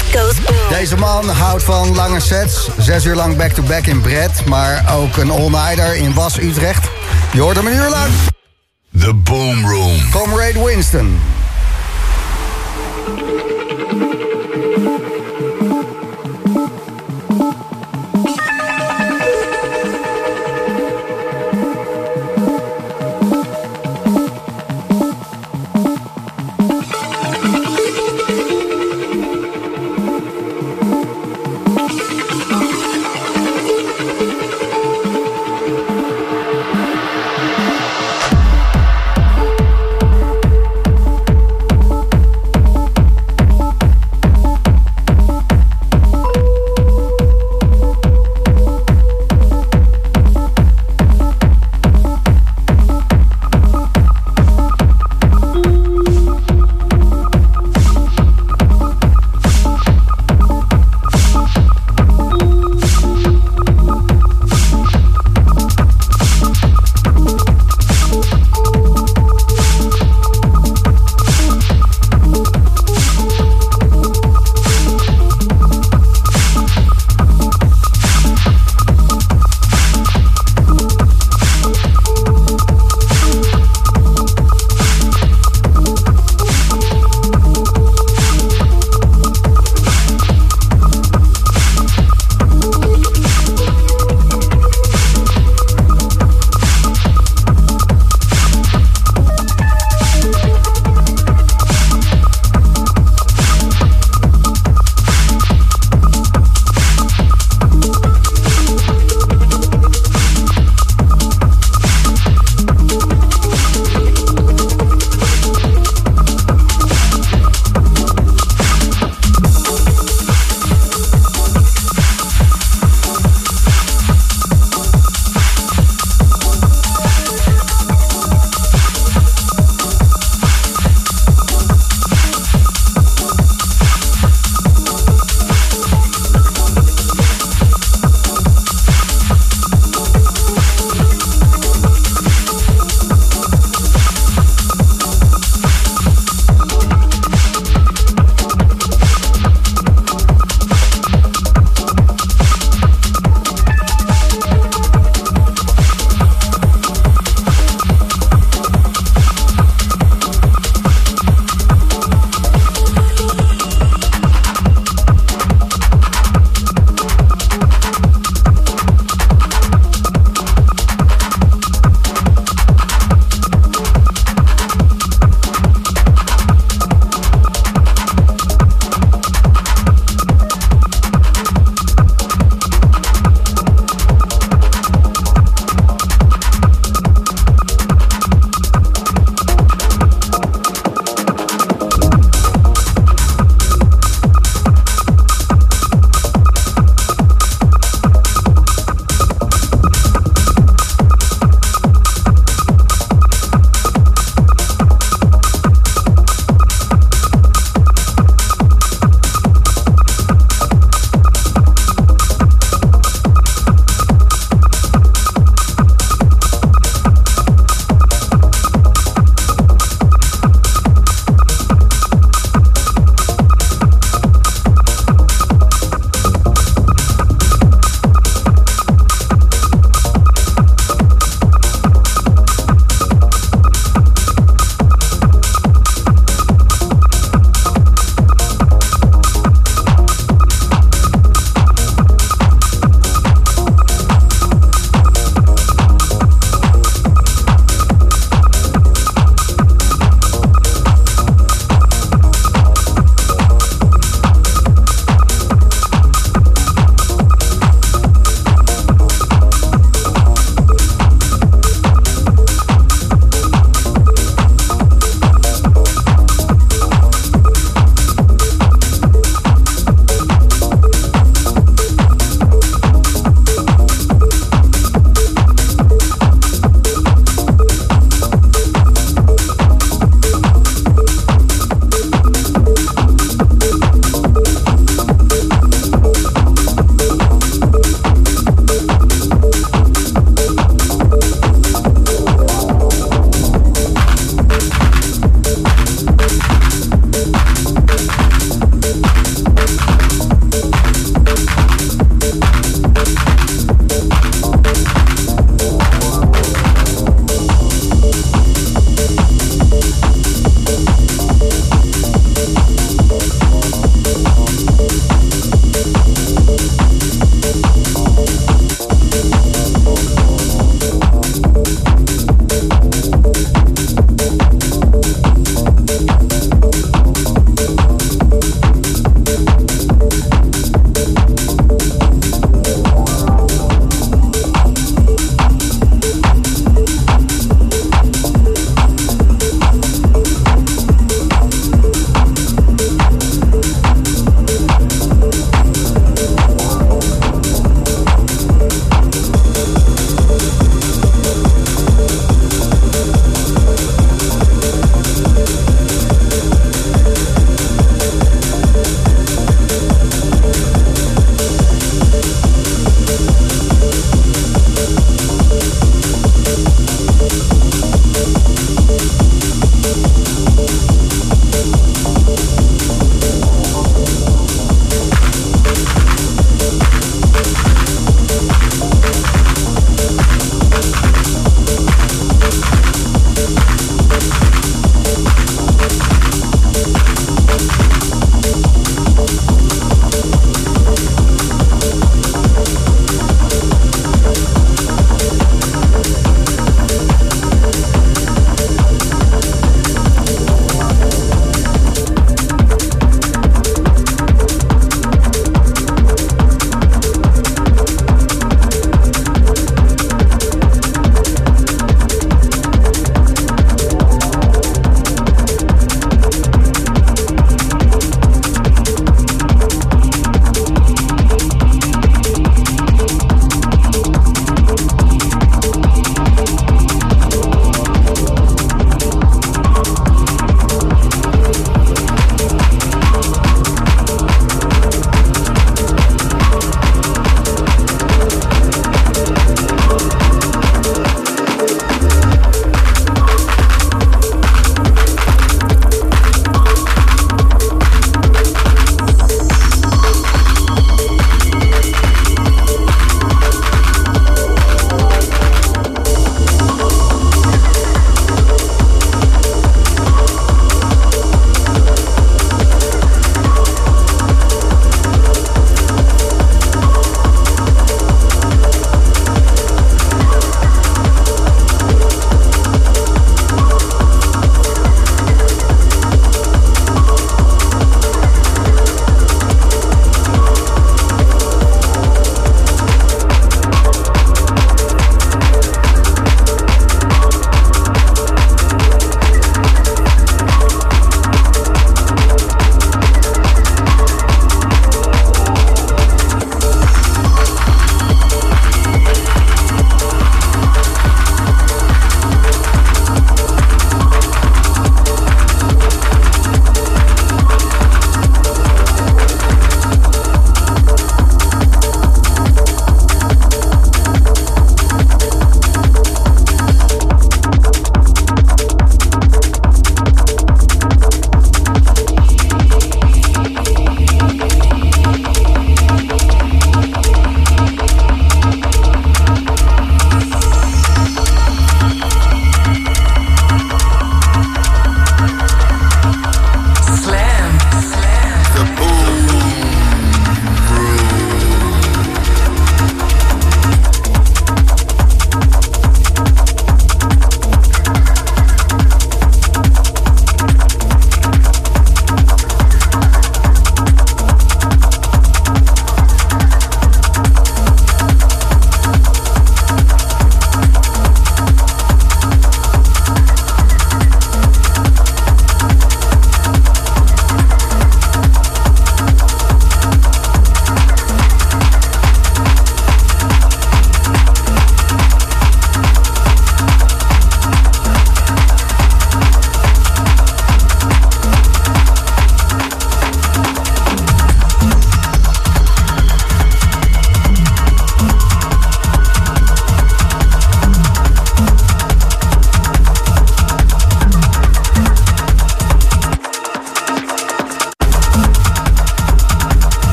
goes boom. Deze man houdt van lange sets. 6 uur lang back-to-back in Brett. Maar ook een all-nighter in Was, Utrecht. Je hoort hem een uur lang. The Boom Room. Comrade Winston.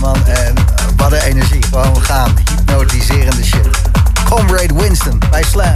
man. En wat een energie. Gewoon gaan. Hypnotiserende shit. Comrade Winston bij Slam.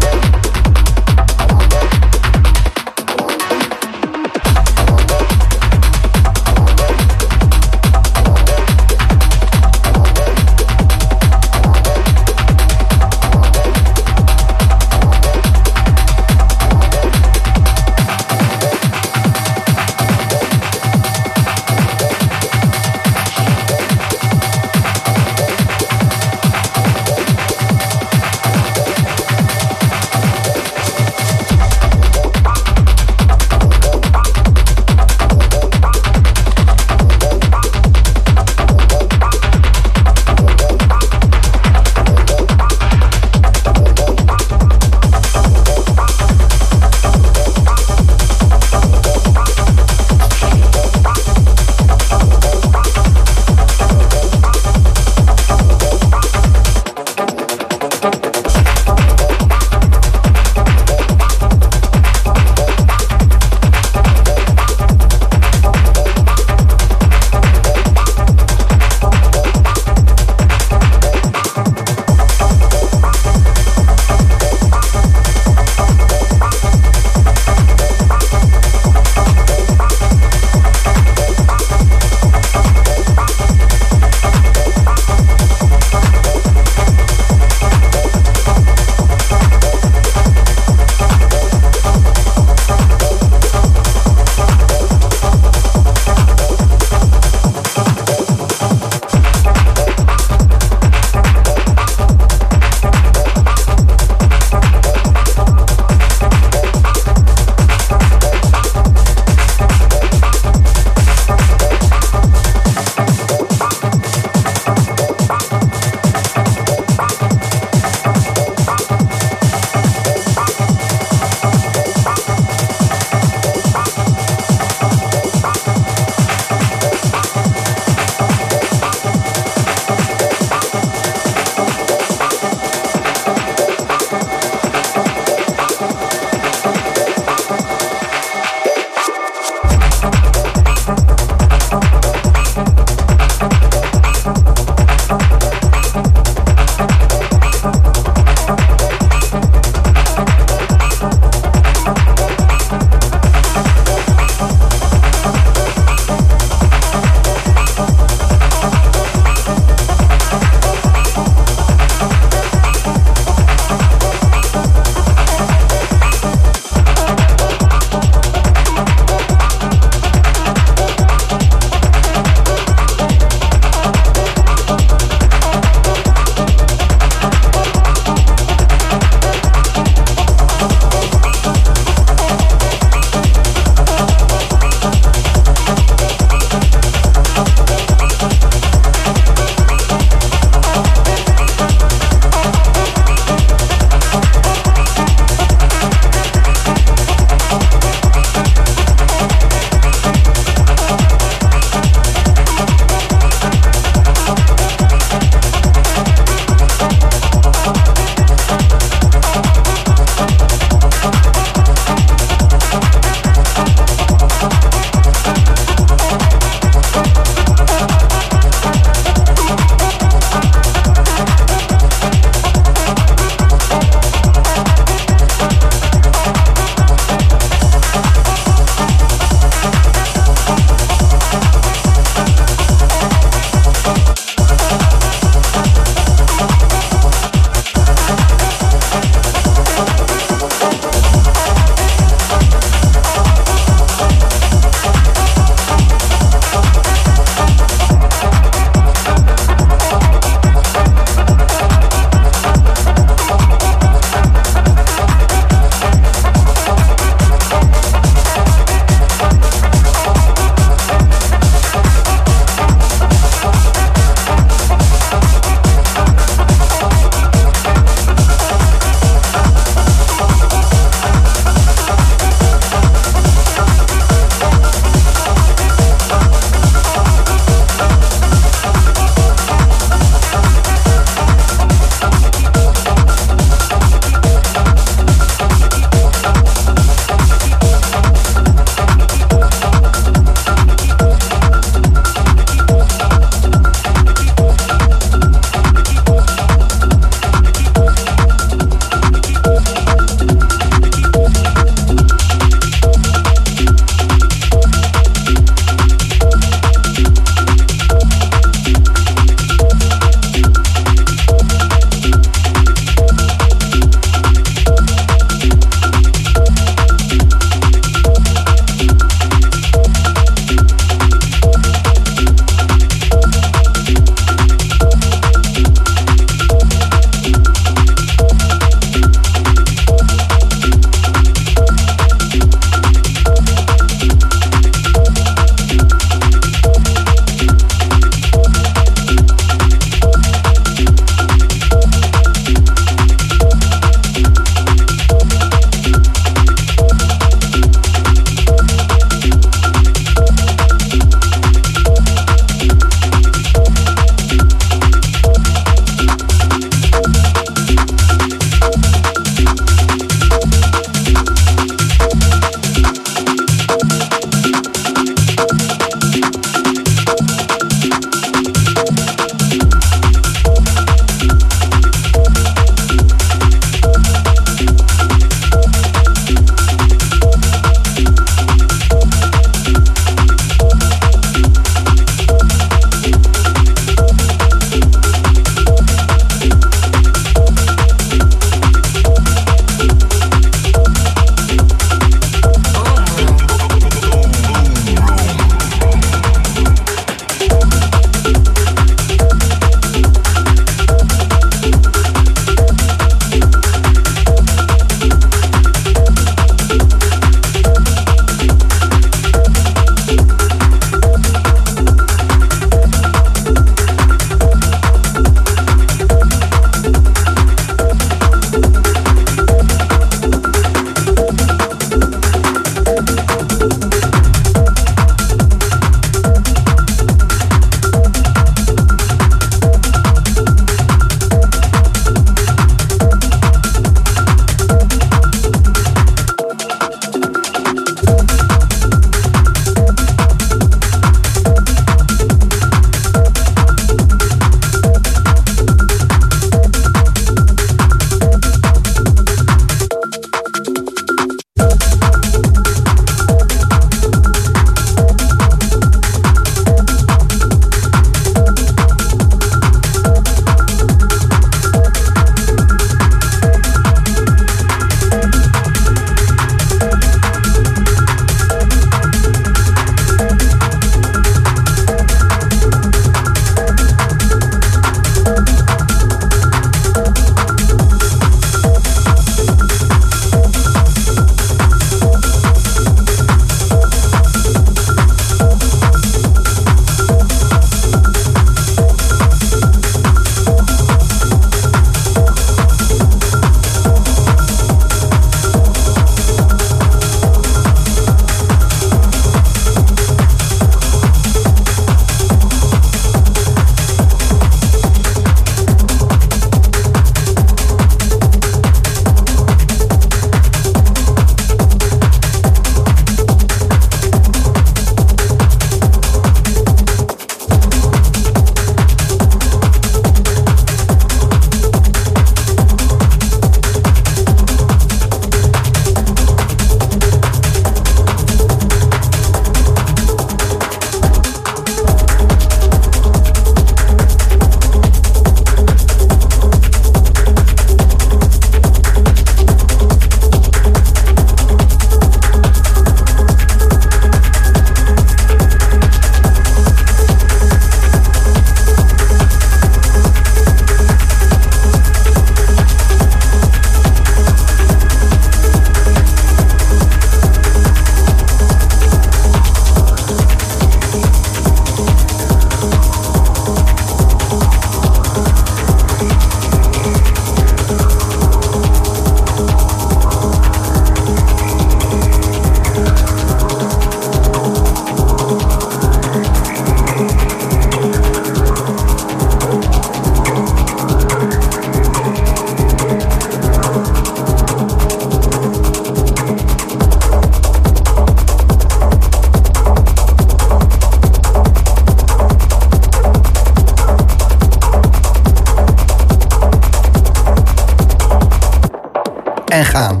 en gaan.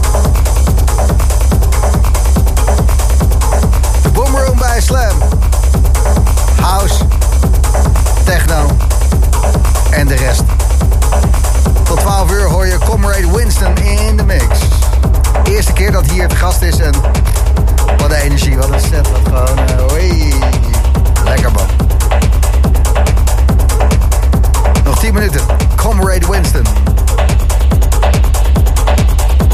De Boomroom bij Slam. House, techno en de rest. Tot 12 uur hoor je Comrade Winston in de mix. Eerste keer dat hier het gast is en wat een energie, wat een set, wat gewoon, oei, lekker man. Nog 10 minuten, Comrade Winston.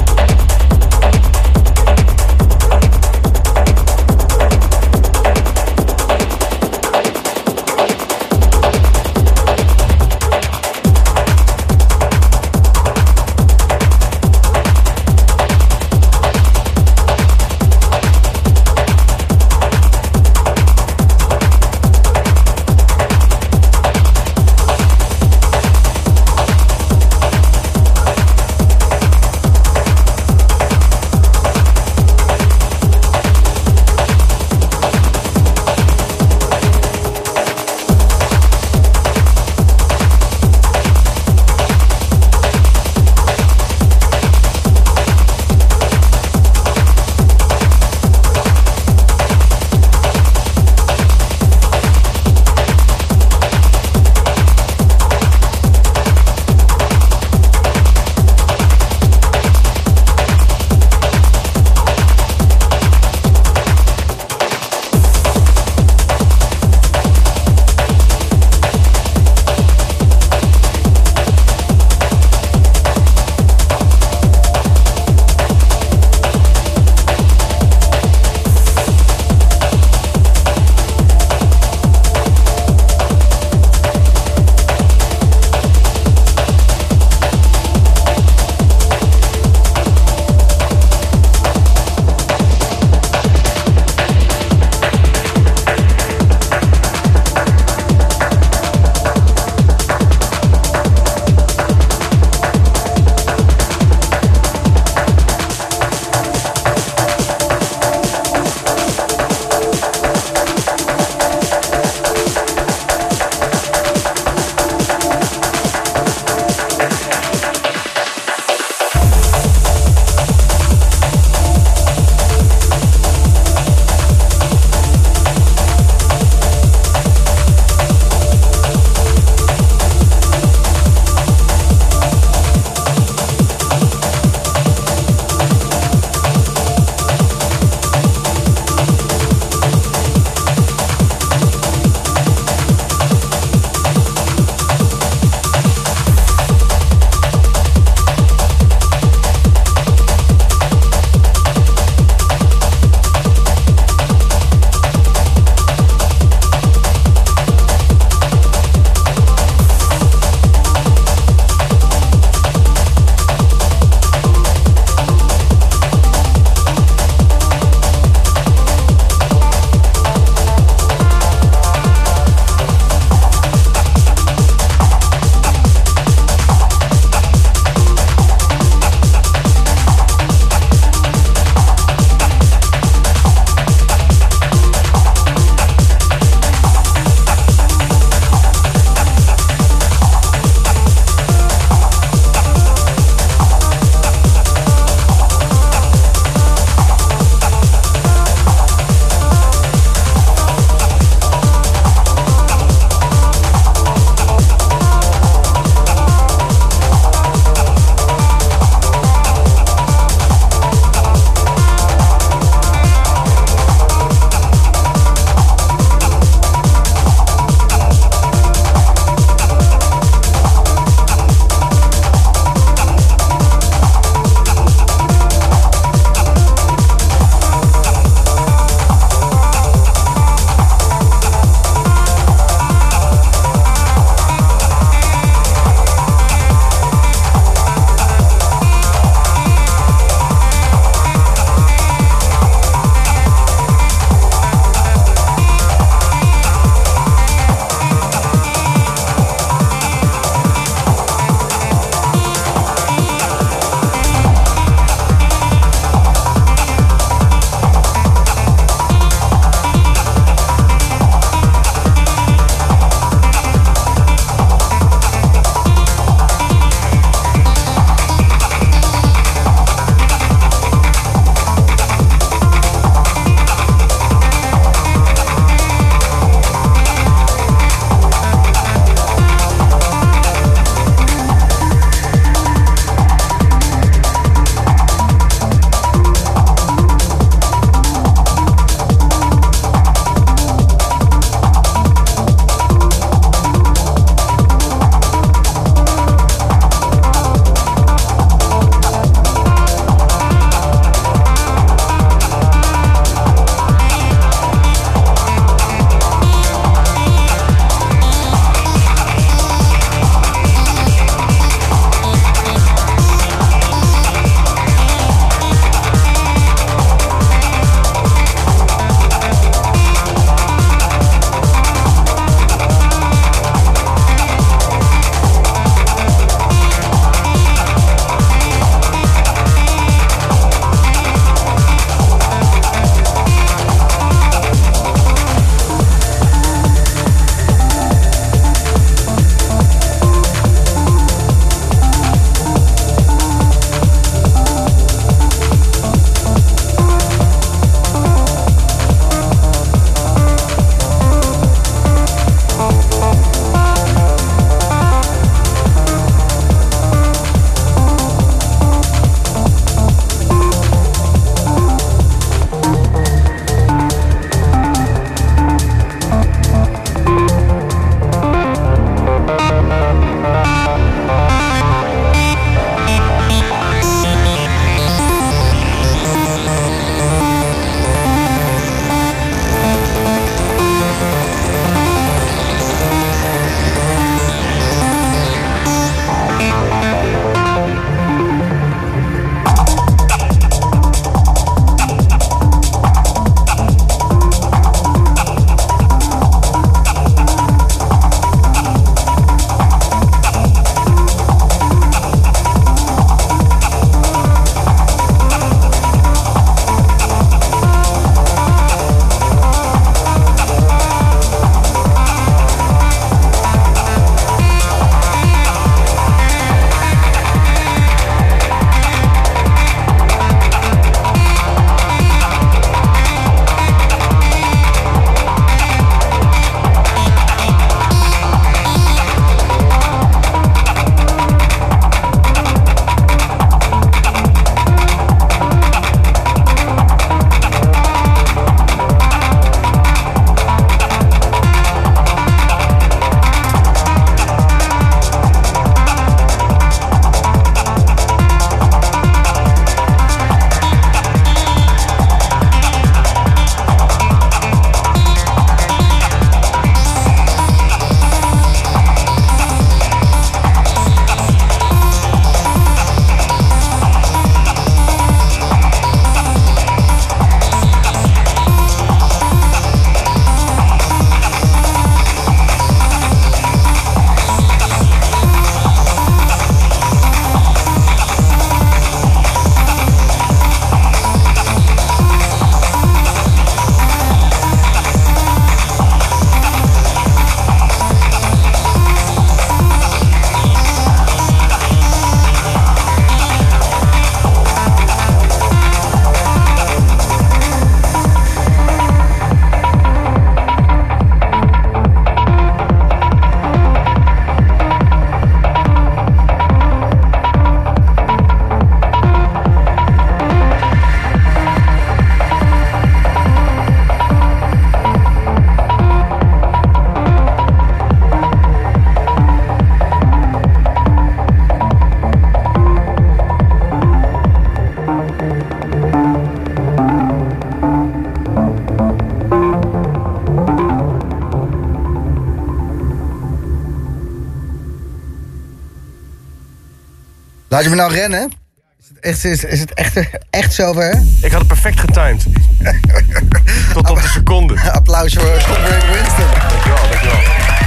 Laat je me nou rennen? Is het echt zover? Ik had het perfect getimed. Tot op de seconde. Applaus voor Comrade Winston. Dankjewel.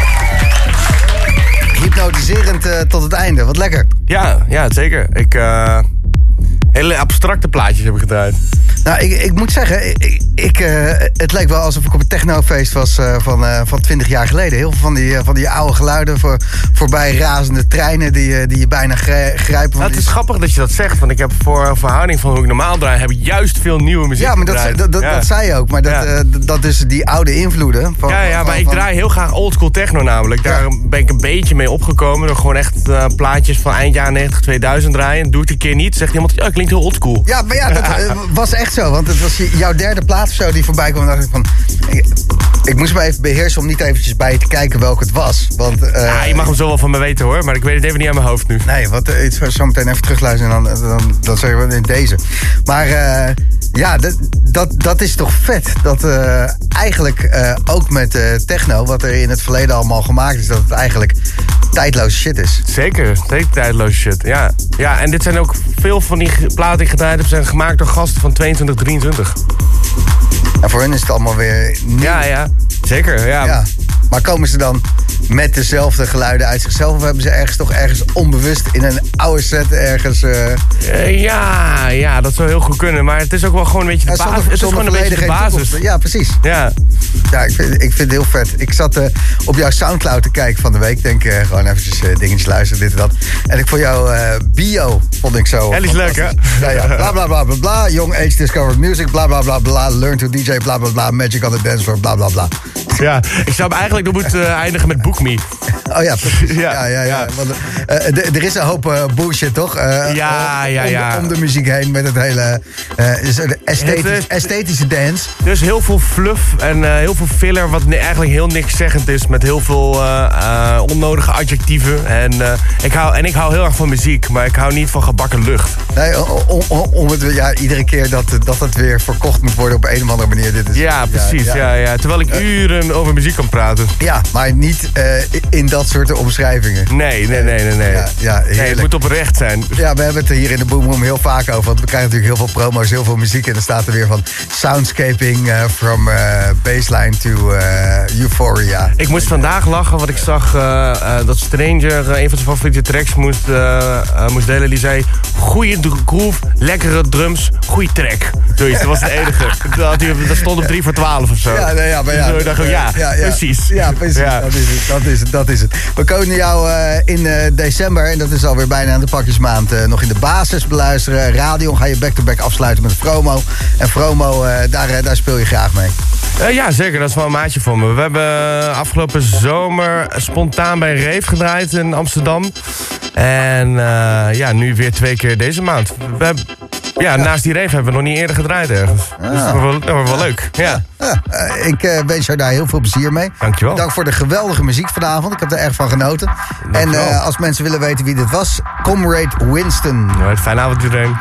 Hypnotiserend tot het einde, wat lekker. Ja, zeker. Hele abstracte plaatjes heb ik gedraaid. Nou, ik moet zeggen, het leek wel alsof ik op een technofeest was van 20 jaar geleden. Heel veel van die oude geluiden voorbij razende treinen die je bijna grijpen. Nou, het is grappig dat je dat zegt, want ik heb voor een verhouding van hoe ik normaal draai, heb ik juist veel nieuwe muziek gedraaid. Dat zei je ook, maar dat dus die oude invloeden. Maar ik draai heel graag oldschool techno namelijk. Daar ben ik een beetje mee opgekomen door gewoon echt plaatjes van eind jaren 90, 2000 draaien. Doe ik het een keer niet, zegt iemand, ja, klinkt heel oldschool. Ja, maar ja, dat was echt zo, want het was jouw derde plaat of zo die voorbij kwam. En dacht ik van, ik moest me even beheersen om niet eventjes bij je te kijken welke het was. Want, je mag hem zo wel van me weten hoor, maar ik weet het even niet aan mijn hoofd nu. Nee, want ik zal zo meteen even terugluisteren en dan zeggen we in deze. Maar dat is toch vet. Dat eigenlijk ook met techno, wat er in het verleden allemaal gemaakt is, dat het eigenlijk tijdloze shit is. Zeker tijdloze shit, ja. Ja, en dit zijn ook veel van die platen die ik gedraaid heb, zijn gemaakt door gasten van 22, 23. En voor hen is het allemaal weer nieuw. Ja, zeker, ja. Maar komen ze dan met dezelfde geluiden uit zichzelf? Of hebben ze ergens onbewust in een oude set ergens... Ja, dat zou heel goed kunnen. Maar het is ook wel gewoon een beetje de basis. Het is gewoon een beetje de basis. Ja, precies. Ja, ik vind het heel vet. Ik zat op jouw Soundcloud te kijken van de week. Denk gewoon eventjes dingetjes luisteren, dit en dat. En ik vond jouw bio, vond ik zo... Ja, die is leuk, hè? Ja. Bla, bla, bla, bla, bla. Young age discovered music. Bla, bla, bla, bla. Learn to DJ. Bla, bla, bla. Magic on the dance floor. Bla, bla, bla. Ja, ik zou hem eigenlijk nog moeten eindigen met Book Me. Oh ja, precies. Ja. Want, er is een hoop bullshit, toch? Om de muziek heen met het hele esthetische dance. Er is heel veel fluff en heel veel filler, wat eigenlijk heel niks zeggend is. Met heel veel onnodige adjectieven. En ik hou heel erg van muziek, maar ik hou niet van gebakken lucht. Nee, iedere keer dat het weer verkocht moet worden op een of andere manier. Dit is, ja, precies. Ja. Terwijl ik uren over muziek kan praten. Ja, maar niet in dat soort omschrijvingen. Nee. Ja, het moet oprecht zijn. Ja, we hebben het er hier in de Boom Room heel vaak over. Want we krijgen natuurlijk heel veel promo's, heel veel muziek. En dan staat er weer van soundscaping from baseline to euphoria. Ik moest vandaag lachen, want ik zag dat Stranger een van zijn favoriete tracks moest delen. Die zei, goede groove, lekkere drums, goede track. Zoiets, dat was het enige. Dat stond op 3 voor 12 of zo. Precies. Ja, precies. Ja. Dat is het. We komen jou in december, en dat is alweer bijna aan de pakjesmaand, nog in de basis beluisteren. Radion ga je back-to-back afsluiten met Fromo. En Fromo, daar speel je graag mee. Ja, zeker. Dat is wel een maatje voor me. We hebben afgelopen zomer spontaan bij Reef gedraaid in Amsterdam. En nu weer 2 keer deze maand. Naast die Reef hebben we nog niet eerder gedraaid ergens. Dus dat wordt wel leuk. Ja. Ik wens jou daar heel veel plezier mee. Dankjewel. Dank voor de geweldige muziek vanavond. Ik heb er erg van genoten. Dankjewel. En als mensen willen weten wie dit was, Comrade Winston. Fijne avond iedereen.